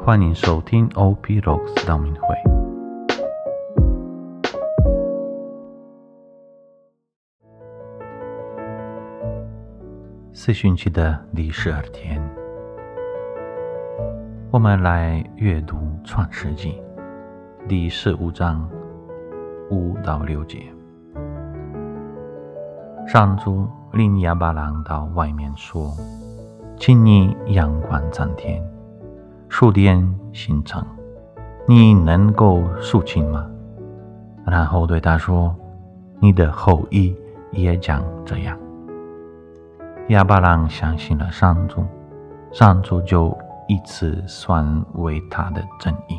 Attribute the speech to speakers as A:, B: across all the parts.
A: 欢迎收听 OP Rocks 道明会。四旬期的第12天，我们来阅读创世纪第15章5到6节。上主令亚伯兰到外面说：请你仰观苍天，数点星辰，你能够数清吗？然后对他说：你的后裔也将这样。亚伯兰相信了上主，上主就以此算为他的正义。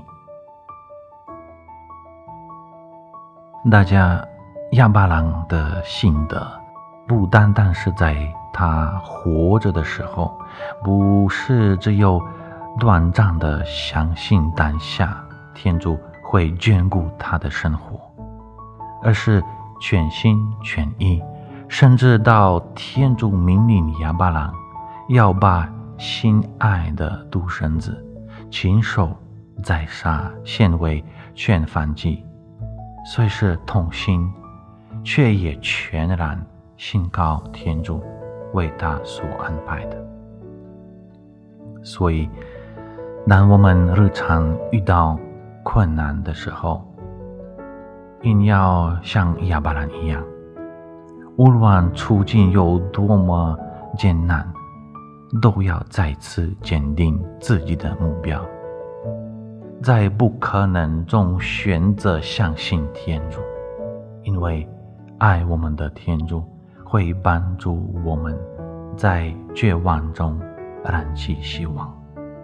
A: 大家，亚伯兰的信德不单单是在他活着的时候，不是只有短暂的相信当下天主会眷顾他的生活，而是全心全意，甚至到天主命令亚伯兰要把心爱的独生子亲手宰杀献为全燔祭，虽是痛心，却也全然信靠天主为他所安排的。所以当我们日常遇到困难的时候，应要像亚伯兰一样，无论处境有多么艰难，都要再次坚定自己的目标，在不可能中选择相信天主，因为爱我们的天主会帮助我们在绝望中燃起希望。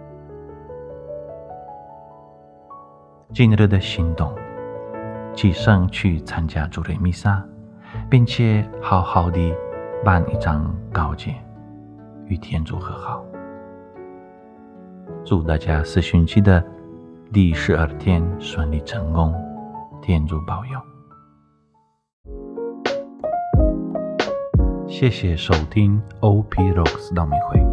A: 今日的行动，起身去参加主日弥撒，并且好好地办一张告解，与天主和好。祝大家四旬期的第12天顺利成功，天主保佑。谢谢收听 OP Rocks 道明会。